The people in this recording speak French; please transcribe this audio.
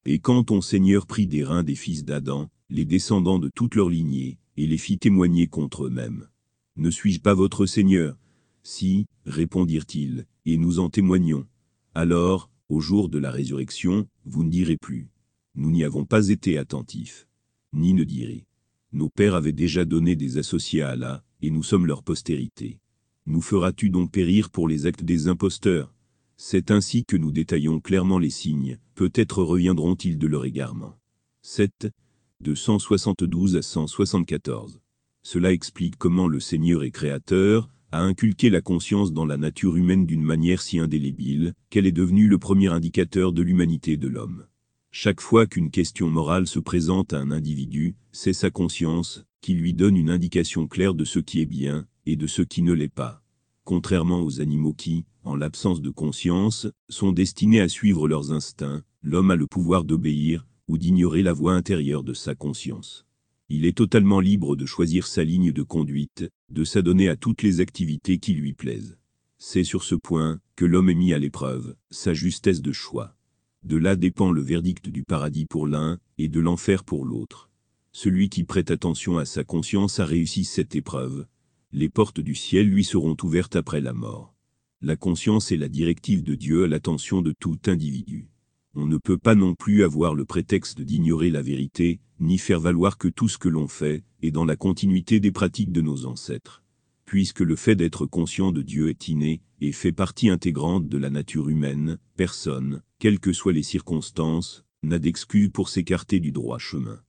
Et quand ton Seigneur prit des reins des fils d'Adam, les descendants de toute leur lignée, et les fit témoigner contre eux-mêmes. Ne suis-je pas votre Seigneur? Si, répondirent-ils, et nous en témoignons. Alors, au jour de la résurrection, vous ne direz plus. Nous n'y avons pas été attentifs. Ni ne direz. Nos pères avaient déjà donné des associés à Allah, et nous sommes leur postérité. Nous feras-tu donc périr pour les actes des imposteurs? C'est ainsi que nous détaillons clairement les signes, peut-être reviendront-ils de leur égarement. 7. De 172 à 174. Cela explique comment le Seigneur et Créateur a inculqué la conscience dans la nature humaine d'une manière si indélébile, qu'elle est devenue le premier indicateur de l'humanité de l'homme. Chaque fois qu'une question morale se présente à un individu, c'est sa conscience qui lui donne une indication claire de ce qui est bien et de ce qui ne l'est pas. Contrairement aux animaux qui, en l'absence de conscience, sont destinés à suivre leurs instincts, l'homme a le pouvoir d'obéir ou d'ignorer la voix intérieure de sa conscience. Il est totalement libre de choisir sa ligne de conduite, de s'adonner à toutes les activités qui lui plaisent. C'est sur ce point que l'homme est mis à l'épreuve, sa justesse de choix. De là dépend le verdict du paradis pour l'un et de l'enfer pour l'autre. Celui qui prête attention à sa conscience a réussi cette épreuve. Les portes du ciel lui seront ouvertes après la mort. La conscience est la directive de Dieu à l'attention de tout individu. On ne peut pas non plus avoir le prétexte d'ignorer la vérité, ni faire valoir que tout ce que l'on fait est dans la continuité des pratiques de nos ancêtres. Puisque le fait d'être conscient de Dieu est inné, et fait partie intégrante de la nature humaine, personne, quelles que soient les circonstances, n'a d'excuse pour s'écarter du droit chemin.